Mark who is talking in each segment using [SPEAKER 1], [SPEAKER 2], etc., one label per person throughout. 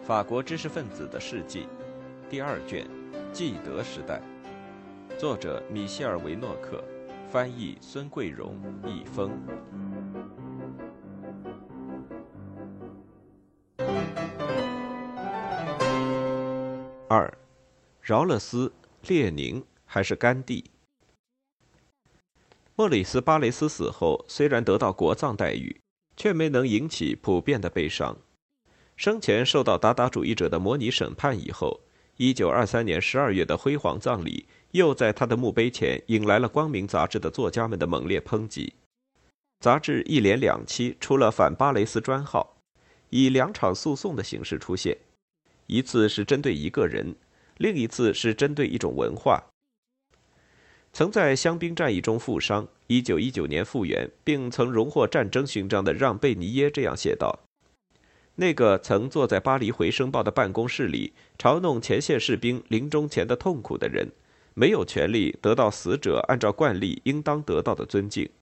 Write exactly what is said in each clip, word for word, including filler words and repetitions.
[SPEAKER 1] 法国知识分子的事迹，第二卷，纪德时代，作者米歇尔·维诺克，翻译孙桂荣，译风。二，饶勒斯、列宁还是甘地？莫里斯·巴雷斯死后，虽然得到国葬待遇，却没能引起普遍的悲伤。生前受到鞑靼主义者的模拟审判以后，一九二三年十二月的辉煌葬礼又在他的墓碑前引来了《光明》杂志的作家们的猛烈抨击。杂志一连两期出了反巴雷斯专号，以两场诉讼的形式出现，一次是针对一个人，另一次是针对一种文化。曾在香槟战役中负伤，一九一九年复员，并曾荣获战争勋章的让·贝尼耶这样写道：那个曾坐在巴黎回声报的办公室里嘲弄前线士兵临终前的痛苦的人，没有权利得到死者按照惯例应当得到的尊敬。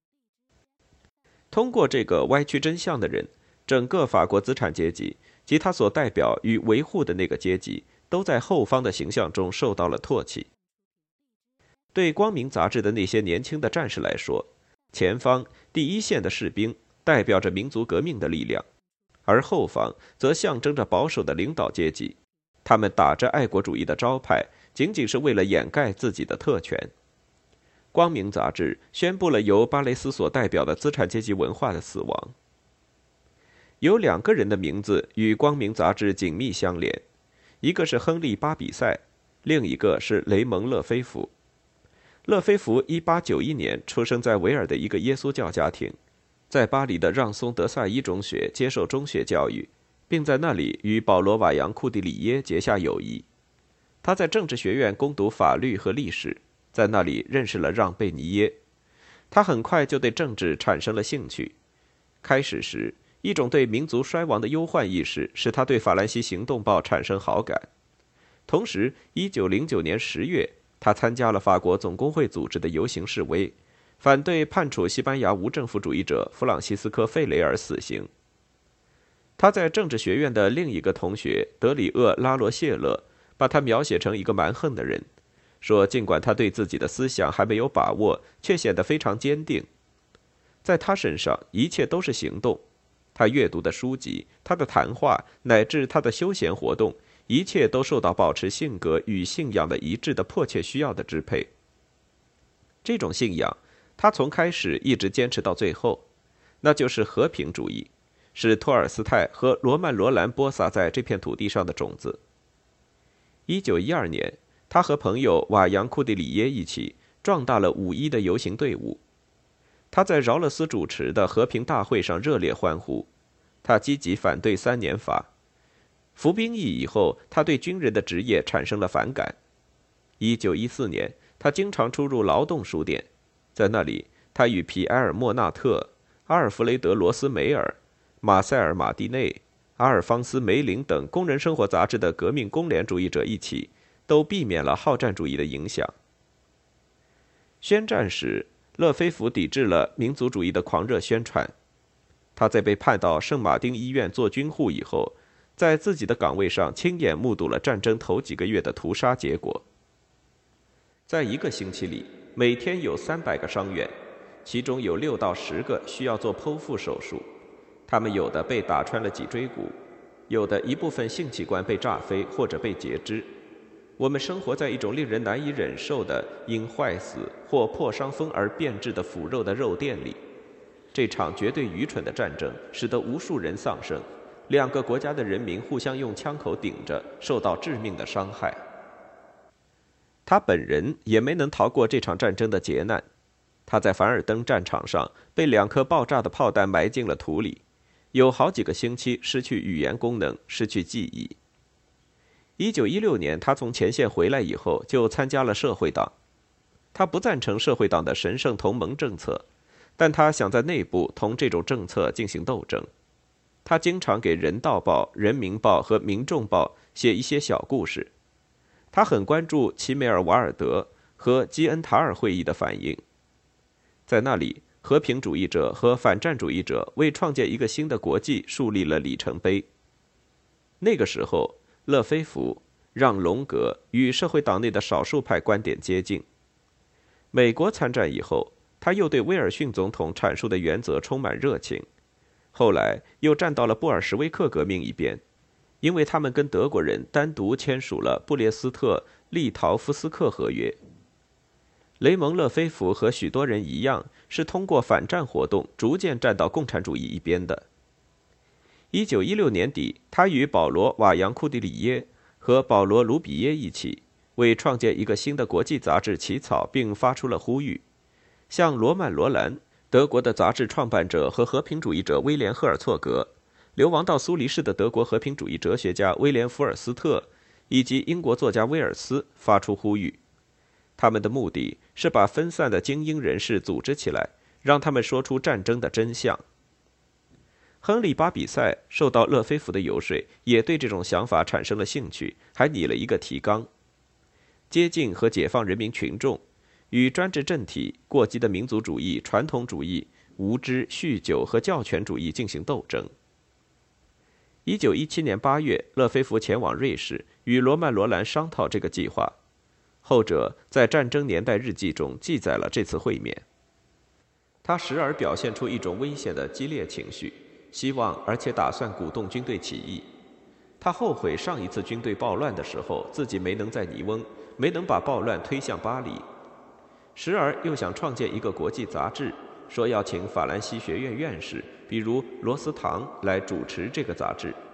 [SPEAKER 1] 通过这个歪曲真相的人，整个法国资产阶级及他所代表与维护的那个阶级，都在后方的形象中受到了唾弃。对《光明》杂志的那些年轻的战士来说，前方第一线的士兵代表着民族革命的力量，而后方则象征着保守的领导阶级，他们打着爱国主义的招牌，仅仅是为了掩盖自己的特权。《光明》杂志宣布了由巴雷斯所代表的资产阶级文化的死亡。有两个人的名字与《光明》杂志紧密相连，一个是亨利·巴比塞，另一个是雷蒙·勒菲弗。勒菲弗一八九一年出生在维尔的一个耶稣教家庭，在巴黎的让松德萨伊中学接受中学教育，并在那里与保罗·瓦扬库蒂里耶结下友谊。他在政治学院攻读法律和历史，在那里认识了让·贝尼耶。他很快就对政治产生了兴趣。开始时，一种对民族衰亡的忧患意识使他对《法兰西行动报》产生好感。同时，一九零九年十月，他参加了法国总工会组织的游行示威，反对判处西班牙无政府主义者弗朗西斯科·费雷尔死刑。他在政治学院的另一个同学德里厄·拉罗谢勒把他描写成一个蛮横的人，说尽管他对自己的思想还没有把握，却显得非常坚定。在他身上，一切都是行动。他阅读的书籍，他的谈话，乃至他的休闲活动，一切都受到保持性格与信仰的一致的迫切需要的支配。这种信仰，他从开始一直坚持到最后，那就是和平主义，是托尔斯泰和罗曼·罗兰播撒在这片土地上的种子。一九一二年，他和朋友瓦扬库蒂里耶一起壮大了五一的游行队伍。他在饶勒斯主持的和平大会上热烈欢呼，他积极反对三年法。服兵役以后，他对军人的职业产生了反感。一九一四年，他经常出入劳动书店，在那里，他与皮埃尔·莫纳特、阿尔弗雷德·罗斯梅尔、马塞尔·马蒂内、阿尔方斯·梅林等工人生活杂志的革命工联主义者一起，都避免了好战主义的影响。宣战时，勒菲弗抵制了民族主义的狂热宣传。他在被派到圣马丁医院做军护以后，在自己的岗位上亲眼目睹了战争头几个月的屠杀结果。在一个星期里，每天有三百个伤员，其中有六到十个需要做剖腹手术，他们有的被打穿了脊椎骨，有的一部分性器官被炸飞或者被截肢。我们生活在一种令人难以忍受的因坏死或破伤风而变质的腐肉的肉店里。这场绝对愚蠢的战争使得无数人丧生，两个国家的人民互相用枪口顶着，受到致命的伤害。他本人也没能逃过这场战争的劫难。他在凡尔登战场上被两颗爆炸的炮弹埋进了土里，有好几个星期失去语言功能，失去记忆。一九一六年，他从前线回来以后，就参加了社会党。他不赞成社会党的神圣同盟政策，但他想在内部同这种政策进行斗争。他经常给《人道报》《人民报》和《民众报》写一些小故事。他很关注齐梅尔瓦尔德和基恩塔尔会议的反应。在那里，和平主义者和反战主义者为创建一个新的国际树立了里程碑。 那个时候，勒菲弗让龙格与社会党内的少数派观点接近。美国参战以后，他又对威尔逊总统阐述的原则充满热情，后来又站到了布尔什维克革命一边，因为他们跟德国人单独签署了布列斯特利陶夫斯克合约。雷蒙·勒菲弗和许多人一样，是通过反战活动逐渐站到共产主义一边的。一九一六年底，他与保罗·瓦扬库蒂里耶和保罗·卢比耶一起为创建一个新的国际杂志起草，并发出了呼吁，像罗曼·罗兰、德国的杂志创办者和和平主义者威廉·赫尔措格、流亡到苏黎世的德国和平主义哲学家威廉·福尔斯特以及英国作家威尔斯发出呼吁。他们的目的是把分散的精英人士组织起来，让他们说出战争的真相。亨利·巴比塞受到勒菲弗的游说，也对这种想法产生了兴趣，还拟了一个提纲：接近和解放人民群众，与专制政体、过激的民族主义、传统主义、无知、酗酒和教权主义进行斗争。一九一七年八月，勒菲弗前往瑞士，与罗曼·罗兰商讨这个计划。后者在《战争年代日记》中记载了这次会面。他时而表现出一种危险的激烈情绪，希望而且打算鼓动军队起义。他后悔上一次军队暴乱的时候，自己没能在尼翁，没能把暴乱推向巴黎。时而又想创建一个国际杂志，说要请法兰西学院院士，比如罗斯唐来主持这个杂志。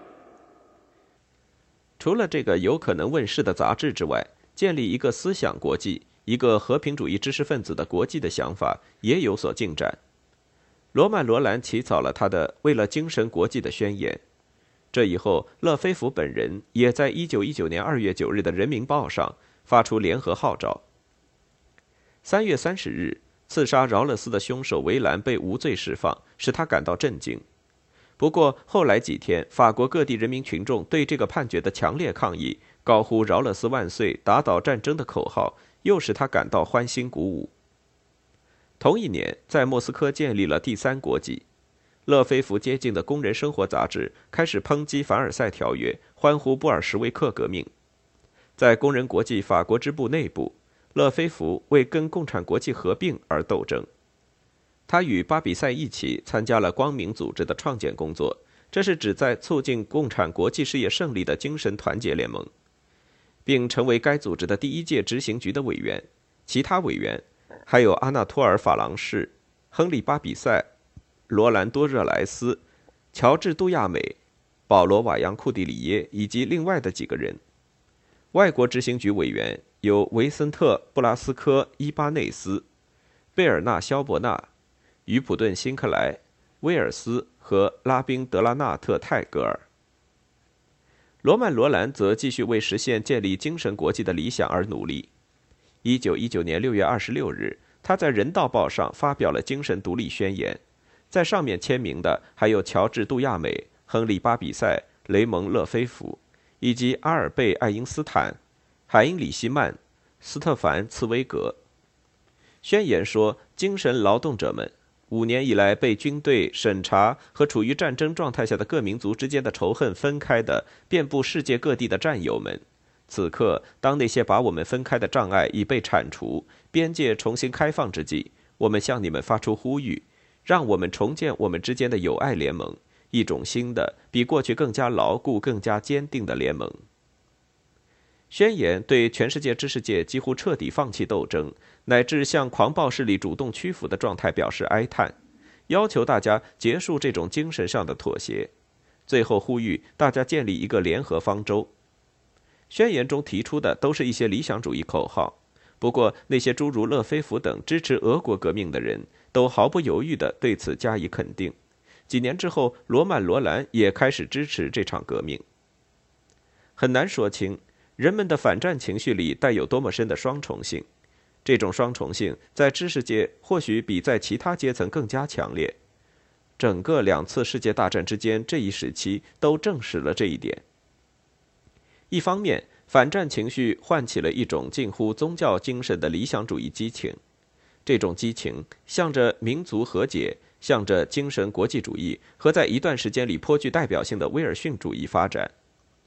[SPEAKER 1] 除了这个有可能问世的杂志之外，建立一个思想国际、一个和平主义知识分子的国际的想法也有所进展。罗曼·罗兰起草了他的为了精神国际的宣言。这以后，勒菲弗本人也在一九一九年二月九日的《人民报》上发出联合号召。三月三十日，刺杀饶勒斯的凶手维兰被无罪释放，使他感到震惊。不过后来几天，法国各地人民群众对这个判决的强烈抗议，高呼饶勒斯万岁、打倒战争的口号，又使他感到欢欣鼓舞。同一年，在莫斯科建立了第三国际。勒菲弗接近的工人生活杂志开始抨击凡尔赛条约，欢呼布尔什维克革命。在工人国际法国支部内部，勒菲弗为跟共产国际合并而斗争。他与巴比塞一起参加了光明组织的创建工作，这是旨在促进共产国际事业胜利的精神团结联盟，并成为该组织的第一届执行局的委员。其他委员还有阿纳托尔·法郎士、亨利·巴比塞、罗兰多·热莱斯、乔治·杜亚美、保罗·瓦扬库蒂里耶以及另外的几个人。外国执行局委员有维森特·布拉斯科·伊巴内斯、贝尔纳·肖伯纳、于普顿·辛克莱、威尔斯和拉宾·德拉纳特·泰戈尔。罗曼·罗兰则继续为实现建立精神国际的理想而努力。一九一九年六月二十六日，他在《人道报》上发表了精神独立宣言，在上面签名的还有乔治·杜亚美、亨利·巴比塞、雷蒙·勒菲弗，以及阿尔贝·爱因斯坦、海因里希曼、斯特凡·茨威格。宣言说，精神劳动者们，五年以来被军队审查和处于战争状态下的各民族之间的仇恨分开的遍布世界各地的战友们，此刻当那些把我们分开的障碍已被铲除，边界重新开放之际，我们向你们发出呼吁，让我们重建我们之间的友爱联盟，一种新的比过去更加牢固更加坚定的联盟。宣言对全世界知识界几乎彻底放弃斗争，乃至向狂暴势力主动屈服的状态表示哀叹，要求大家结束这种精神上的妥协，最后呼吁大家建立一个联合方舟。宣言中提出的都是一些理想主义口号，不过那些诸如勒菲弗等支持俄国革命的人都毫不犹豫地对此加以肯定。几年之后，罗曼·罗兰也开始支持这场革命。很难说清人们的反战情绪里带有多么深的双重性，这种双重性在知识界或许比在其他阶层更加强烈。整个两次世界大战之间这一时期都证实了这一点。一方面，反战情绪唤起了一种近乎宗教精神的理想主义激情，这种激情向着民族和解，向着精神国际主义和在一段时间里颇具代表性的威尔逊主义发展。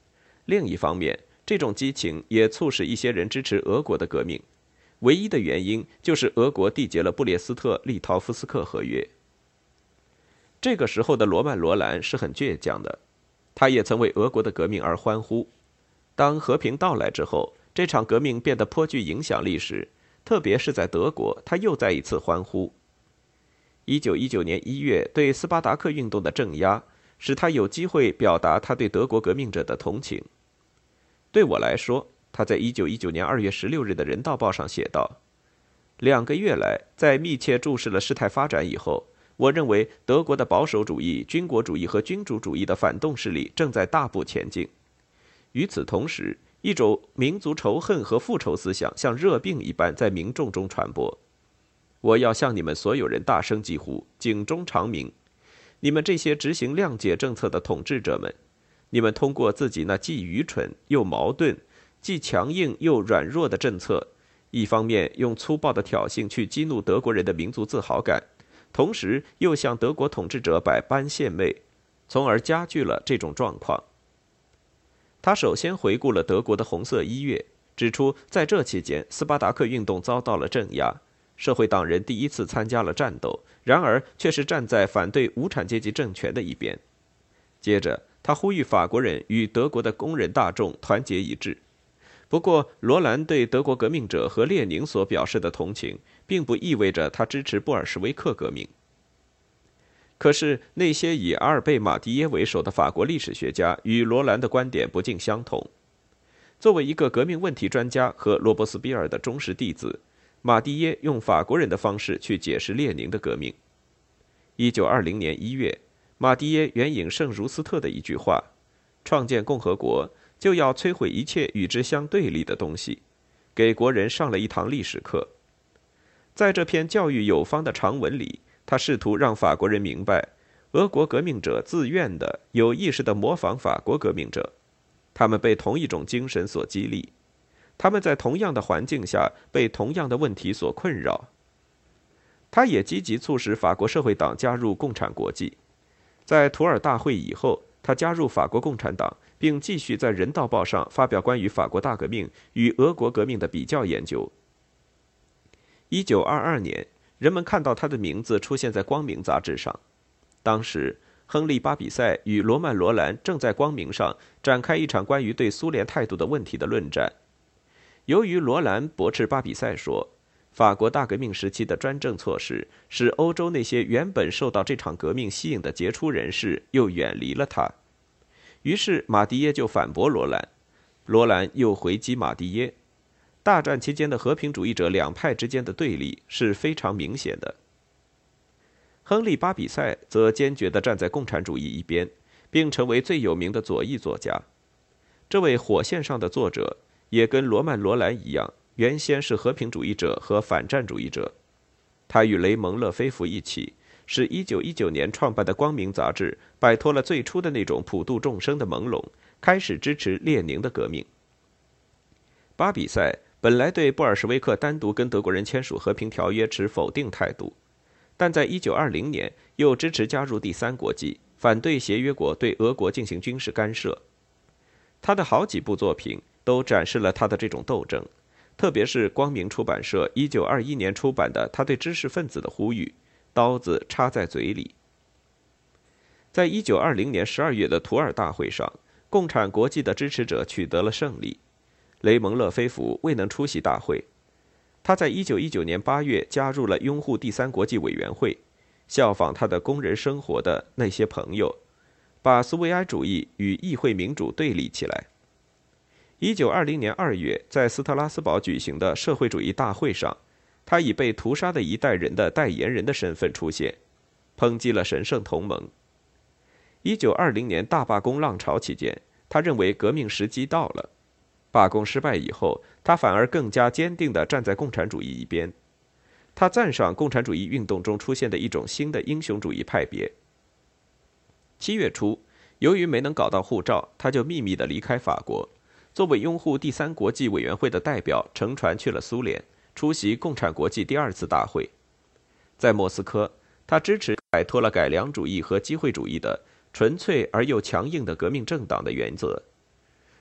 [SPEAKER 1] 另一方面，这种激情也促使一些人支持俄国的革命，唯一的原因就是俄国缔结了布列斯特利陶夫斯克合约。这个时候的罗曼·罗兰是很倔强的，他也曾为俄国的革命而欢呼。当和平到来之后，这场革命变得颇具影响力时，特别是在德国，他又再一次欢呼。一九一九年一月对斯巴达克运动的镇压，使他有机会表达他对德国革命者的同情。对我来说，他在一九一九年二月十六日的《人道报》上写道：两个月来，在密切注视了事态发展以后，我认为德国的保守主义、军国主义和君主主义的反动势力正在大步前进。与此同时，一种民族仇恨和复仇思想像热病一般在民众中传播。我要向你们所有人大声疾呼，警钟长鸣！你们这些执行谅解政策的统治者们，你们通过自己那既愚蠢又矛盾、既强硬又软弱的政策，一方面用粗暴的挑衅去激怒德国人的民族自豪感，同时又向德国统治者百般献媚，从而加剧了这种状况。他首先回顾了德国的红色一月，指出在这期间，斯巴达克运动遭到了镇压，社会党人第一次参加了战斗，然而却是站在反对无产阶级政权的一边。接着，他呼吁法国人与德国的工人大众团结一致。不过，罗兰对德国革命者和列宁所表示的同情，并不意味着他支持布尔什维克革命。可是，那些以阿尔贝·马蒂耶为首的法国历史学家与罗兰的观点不尽相同。作为一个革命问题专家和罗伯斯庇尔的忠实弟子，马蒂耶用法国人的方式去解释列宁的革命。一九二零年一月，马蒂耶援引圣茹斯特的一句话：“创建共和国就要摧毁一切与之相对立的东西”，给国人上了一堂历史课。在这篇教育有方的长文里，他试图让法国人明白，俄国革命者自愿的、有意识地模仿法国革命者，他们被同一种精神所激励，他们在同样的环境下被同样的问题所困扰。他也积极促使法国社会党加入共产国际。在图尔大会以后，他加入法国共产党，并继续在《人道报》上发表关于法国大革命与俄国革命的比较研究。一九二二年，人们看到他的名字出现在《光明》杂志上。当时，亨利·巴比塞与罗曼·罗兰正在《光明》上展开一场关于对苏联态度的问题的论战。由于罗兰驳斥巴比塞说，法国大革命时期的专政措施使欧洲那些原本受到这场革命吸引的杰出人士又远离了他，于是马蒂耶就反驳罗兰，罗兰又回击马蒂耶。大战期间的和平主义者两派之间的对立是非常明显的。亨利·巴比塞则坚决地站在共产主义一边，并成为最有名的左翼作家。这位火线上的作者也跟罗曼·罗兰一样，原先是和平主义者和反战主义者。他与雷蒙·勒菲弗一起，使一九一九年创办的《光明》杂志摆脱了最初的那种普度众生的朦胧，开始支持列宁的革命。巴比塞本来对布尔什维克单独跟德国人签署和平条约持否定态度，但在一九二零年又支持加入第三国际，反对协约国对俄国进行军事干涉。他的好几部作品都展示了他的这种斗争，特别是光明出版社一九二一年出版的他对知识分子的呼吁：刀子插在嘴里。在一九二零年十二月的图尔大会上，共产国际的支持者取得了胜利。雷蒙·勒菲弗未能出席大会，他在一九一九年八月加入了拥护第三国际委员会，效仿他的工人生活的那些朋友，把苏维埃主义与议会民主对立起来。一九二零年二月，在斯特拉斯堡举行的社会主义大会上，他以被屠杀的一代人的代言人的身份出现，抨击了神圣同盟。一九二零年大罢工浪潮期间，他认为革命时机到了。罢工失败以后，他反而更加坚定地站在共产主义一边。他赞赏共产主义运动中出现的一种新的英雄主义派别。七月初，由于没能搞到护照，他就秘密地离开法国，作为拥护第三国际委员会的代表，乘船去了苏联，出席共产国际第二次大会。在莫斯科，他支持摆脱了改良主义和机会主义的纯粹而又强硬的革命政党的原则。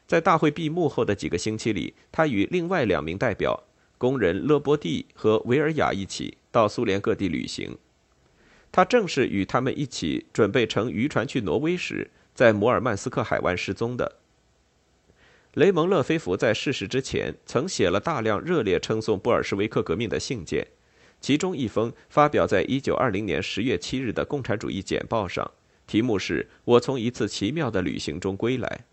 [SPEAKER 1] 在大会闭幕后的几个星期里，他与另外两名代表工人勒波蒂和维尔雅一起到苏联各地旅行。他正是与他们一起准备乘渔船去挪威时，在摩尔曼斯克海湾失踪的。雷蒙·勒菲弗在逝世之前曾写了大量热烈称颂布尔什维克革命的信件，其中一封发表在一九二零年十月七日的《共产主义简报》上，题目是“我从一次奇妙的旅行中归来”。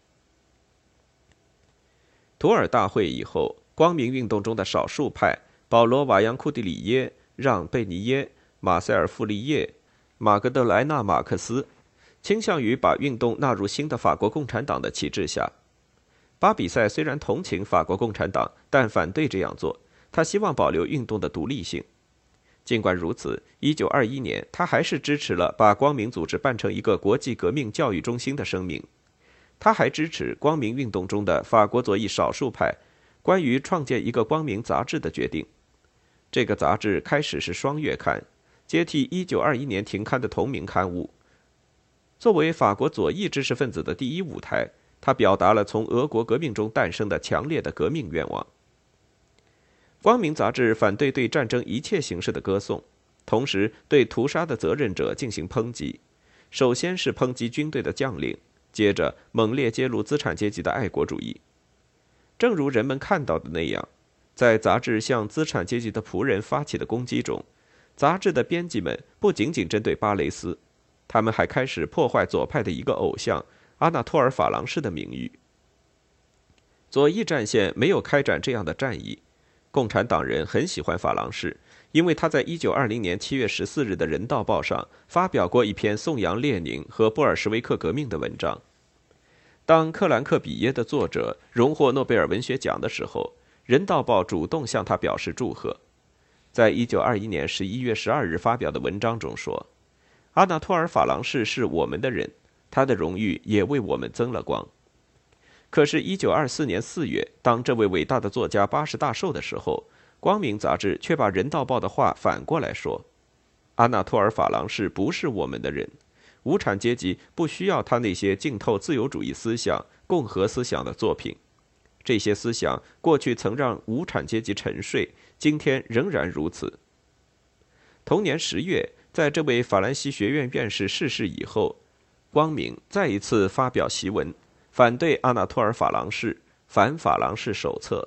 [SPEAKER 1] 图尔大会以后，光明运动中的少数派保罗·瓦扬库蒂里耶、让·贝尼耶、马塞尔·傅利叶、马格德莱纳·马克思倾向于把运动纳入新的法国共产党的旗帜下。巴比塞虽然同情法国共产党，但反对这样做，他希望保留运动的独立性。尽管如此，一九二一年他还是支持了把光明组织办成一个国际革命教育中心的声明。他还支持光明运动中的法国左翼少数派关于创建一个光明杂志的决定。这个杂志开始是双月刊，接替一九二一年停刊的同名刊物。作为法国左翼知识分子的第一舞台，他表达了从俄国革命中诞生的强烈的革命愿望。光明杂志反对对战争一切形式的歌颂，同时对屠杀的责任者进行抨击。首先是抨击军队的将领，接着猛烈揭露资产阶级的爱国主义。正如人们看到的那样，在杂志向资产阶级的仆人发起的攻击中，杂志的编辑们不仅仅针对巴雷斯，他们还开始破坏左派的一个偶像阿纳托尔·法郎士的名誉。左翼战线没有开展这样的战役。共产党人很喜欢法郎士，因为他在一九二零年七月十四日的《人道报》上发表过一篇颂扬列宁和布尔什维克革命的文章。当克兰克比耶的作者荣获诺贝尔文学奖的时候，《人道报》主动向他表示祝贺。在一九二一年十一月十二日发表的文章中说：“阿纳托尔·法郎士是我们的人，他的荣誉也为我们增了光。”可是一九二四年四月，当这位伟大的作家八十大寿的时候，光明杂志却把《人道报》的话反过来说：“阿纳托尔·法郎士不是我们的人，无产阶级不需要他那些浸透自由主义思想、共和思想的作品。这些思想过去曾让无产阶级沉睡，今天仍然如此。”同年十月，在这位法兰西学院院士逝世以后，光明再一次发表檄文，反对阿纳托尔·法郎士，反法郎士手册。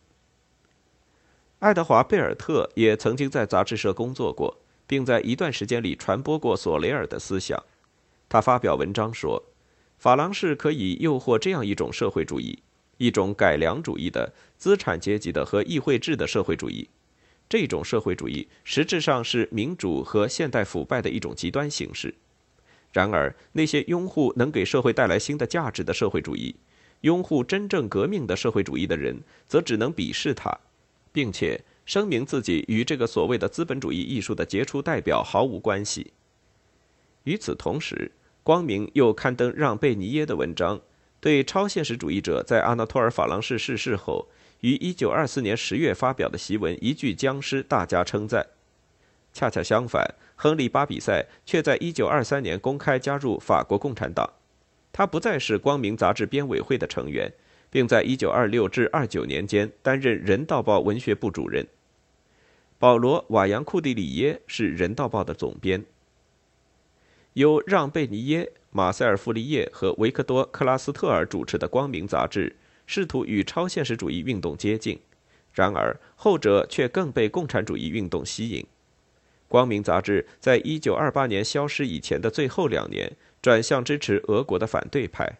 [SPEAKER 1] 爱德华·贝尔特也曾经在杂志社工作过，并在一段时间里传播过索雷尔的思想。他发表文章说，法郎士可以诱惑这样一种社会主义，一种改良主义的、资产阶级的和议会制的社会主义。这种社会主义实质上是民主和现代腐败的一种极端形式。然而，那些拥护能给社会带来新的价值的社会主义，拥护真正革命的社会主义的人，则只能鄙视它，并且声明自己与这个所谓的资本主义艺术的杰出代表毫无关系。与此同时，光明又刊登让·贝尼耶的文章，对超现实主义者在阿纳托尔·法郎士逝世后于一九二四年十月发表的檄文一句僵尸大加称赞。恰恰相反，亨利·巴比塞却在一九二三年公开加入法国共产党，他不再是光明杂志编委会的成员，并在一九二六至二九年间担任《人道报》文学部主任。保罗·瓦扬库蒂里耶是《人道报》的总编。由让·贝尼耶、马塞尔·傅利叶和维克多·克拉斯特尔主持的光明杂志试图与超现实主义运动接近，然而后者却更被共产主义运动吸引。光明杂志在一九二八年消失以前的最后两年，转向支持俄国的反对派。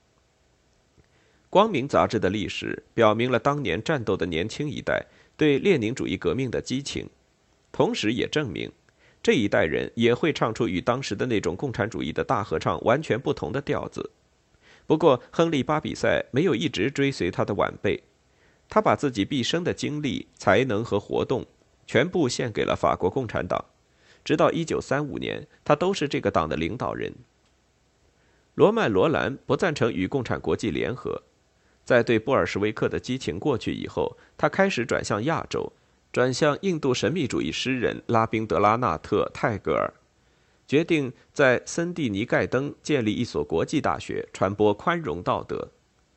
[SPEAKER 1] 光明杂志的历史表明了当年战斗的年轻一代对列宁主义革命的激情，同时也证明这一代人也会唱出与当时的那种共产主义的大合唱完全不同的调子。不过，亨利·巴比塞没有一直追随他的晚辈，他把自己毕生的精力、才能和活动全部献给了法国共产党，直到一九三五年，他都是这个党的领导人。罗曼·罗兰不赞成与共产国际联合，在对布尔什维克的激情过去以后，他开始转向亚洲，转向印度神秘主义诗人拉宾德拉纳特·泰戈尔，决定在森蒂尼盖登建立一所国际大学，传播宽容道德。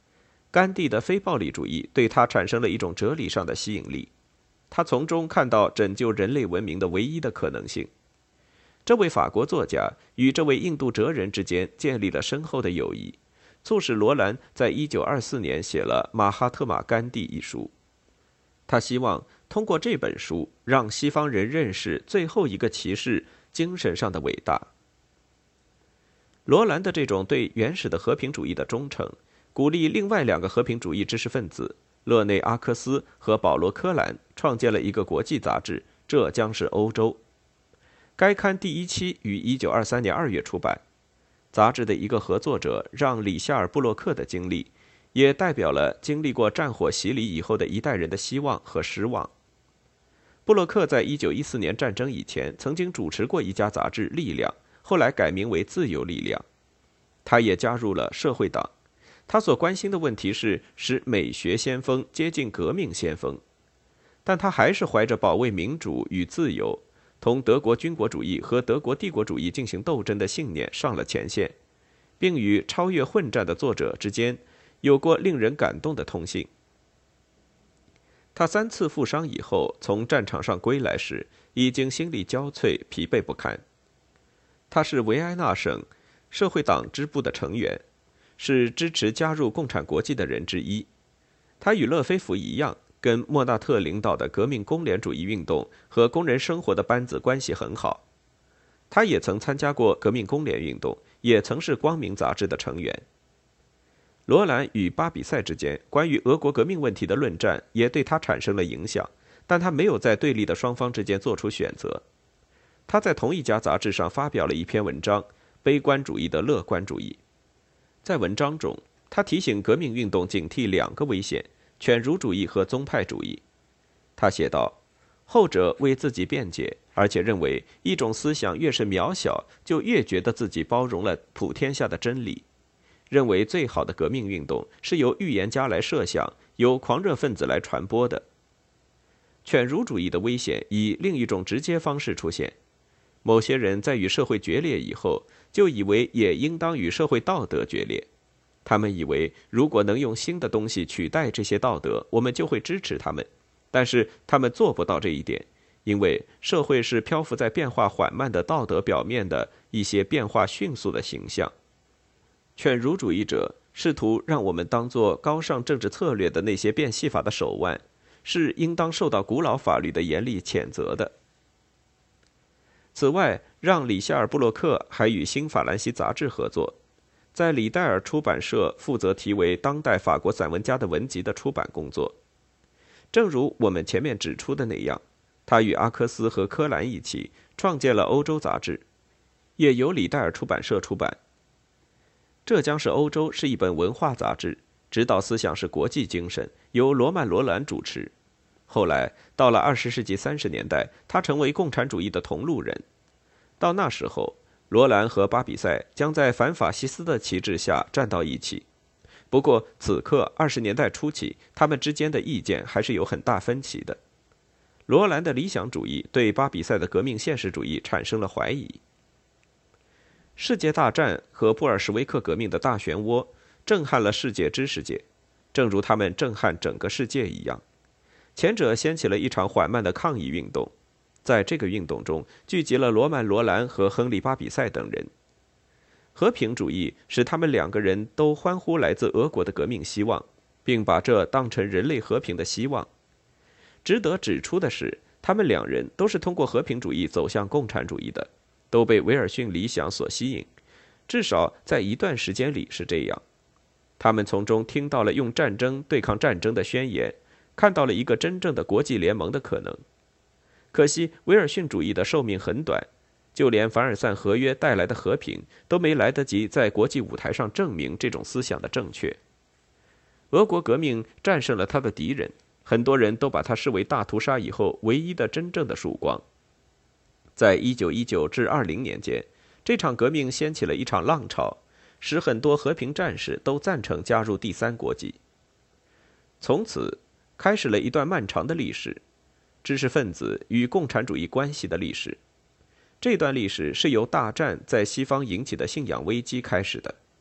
[SPEAKER 1] 甘地的非暴力主义对他产生了一种哲理上的吸引力，他从中看到拯救人类文明的唯一的可能性。这位法国作家与这位印度哲人之间建立了深厚的友谊，促使罗兰在一九二四年写了《马哈特玛·甘地》一书。他希望通过这本书让西方人认识最后一个骑士精神上的伟大。罗兰的这种对原始的和平主义的忠诚，鼓励另外两个和平主义知识分子勒内·阿克斯和保罗·柯兰创建了一个国际杂志《这将是欧洲》。该刊第一期于一九二三年二月出版。杂志的一个合作者让·里夏尔·布洛克的经历，也代表了经历过战火洗礼以后的一代人的希望和失望。布洛克在一九一四年战争以前曾经主持过一家杂志《力量》，后来改名为《自由力量》。他也加入了社会党。他所关心的问题是使美学先锋接近革命先锋，但他还是怀着保卫民主与自由，同德国军国主义和德国帝国主义进行斗争的信念上了前线，并与超越混战的作者之间有过令人感动的通信。他三次负伤以后从战场上归来时，已经心力交瘁，疲惫不堪。他是维埃纳省社会党支部的成员，是支持加入共产国际的人之一。他与勒菲弗一样，跟莫纳特领导的革命工联主义运动和工人生活的班子关系很好。他也曾参加过革命工联运动，也曾是光明杂志的成员。罗兰与巴比塞之间关于俄国革命问题的论战也对他产生了影响，但他没有在对立的双方之间做出选择。他在同一家杂志上发表了一篇文章《悲观主义的乐观主义》。在文章中，他提醒革命运动警惕两个危险：犬儒主义和宗派主义。他写道，后者为自己辩解，而且认为一种思想越是渺小，就越觉得自己包容了普天下的真理，认为最好的革命运动是由预言家来设想，由狂热分子来传播的。犬儒主义的危险以另一种直接方式出现。某些人在与社会决裂以后，就以为也应当与社会道德决裂。他们以为如果能用新的东西取代这些道德，我们就会支持他们。但是他们做不到这一点，因为社会是漂浮在变化缓慢的道德表面的一些变化迅速的形象。犬儒主义者试图让我们当作高尚政治策略的那些变戏法的手腕，是应当受到古老法律的严厉谴责的。此外，让·里夏尔·布洛克还与新法兰西杂志合作，在里戴尔出版社负责题为《当代法国散文家》的文集的出版工作。正如我们前面指出的那样，他与阿克斯和柯兰一起创建了《欧洲》杂志，也由里戴尔出版社出版。这将是欧洲是一本文化杂志，指导思想是国际精神，由罗曼·罗兰主持。后来到了二十世纪三十年代，他成为共产主义的同路人。到那时候，罗兰和巴比塞将在反法西斯的旗帜下站到一起。不过此刻二十年代初期，他们之间的意见还是有很大分歧的。罗兰的理想主义对巴比塞的革命现实主义产生了怀疑。世界大战和布尔什维克革命的大漩涡震撼了世界知识界，正如他们震撼整个世界一样。前者掀起了一场缓慢的抗议运动，在这个运动中聚集了罗曼·罗兰和亨利·巴比塞等人。和平主义使他们两个人都欢呼来自俄国的革命希望，并把这当成人类和平的希望。值得指出的是，他们两人都是通过和平主义走向共产主义的，都被威尔逊理想所吸引，至少在一段时间里是这样。他们从中听到了用战争对抗战争的宣言，看到了一个真正的国际联盟的可能。可惜威尔逊主义的寿命很短，就连凡尔赛合约带来的和平都没来得及在国际舞台上证明这种思想的正确。俄国革命战胜了他的敌人，很多人都把它视为大屠杀以后唯一的真正的曙光。在一九一九至二零年间，这场革命掀起了一场浪潮，使很多和平战士都赞成加入第三国际。从此开始了一段漫长的历史，知识分子与共产主义关系的历史。这段历史是由大战在西方引起的信仰危机开始的。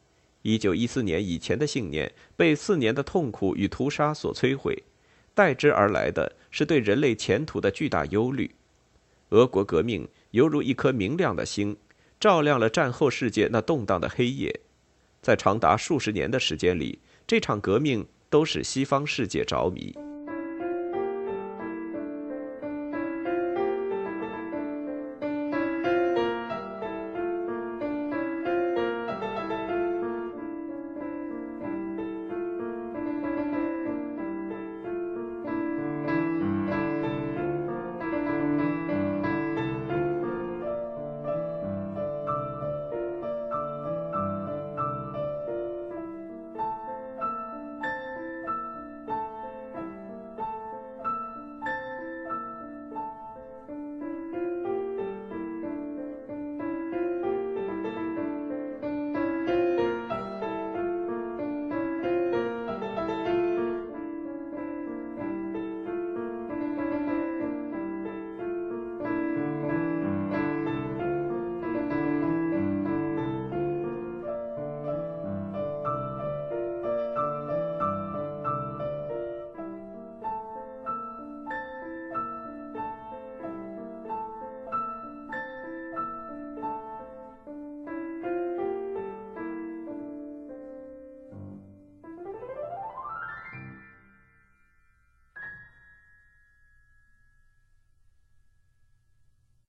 [SPEAKER 1] 一九一四年以前的信念被四年的痛苦与屠杀所摧毁，代之而来的是对人类前途的巨大忧虑。俄国革命犹如一颗明亮的星，照亮了战后世界那动荡的黑夜。在长达数十年的时间里，这场革命都使西方世界着迷。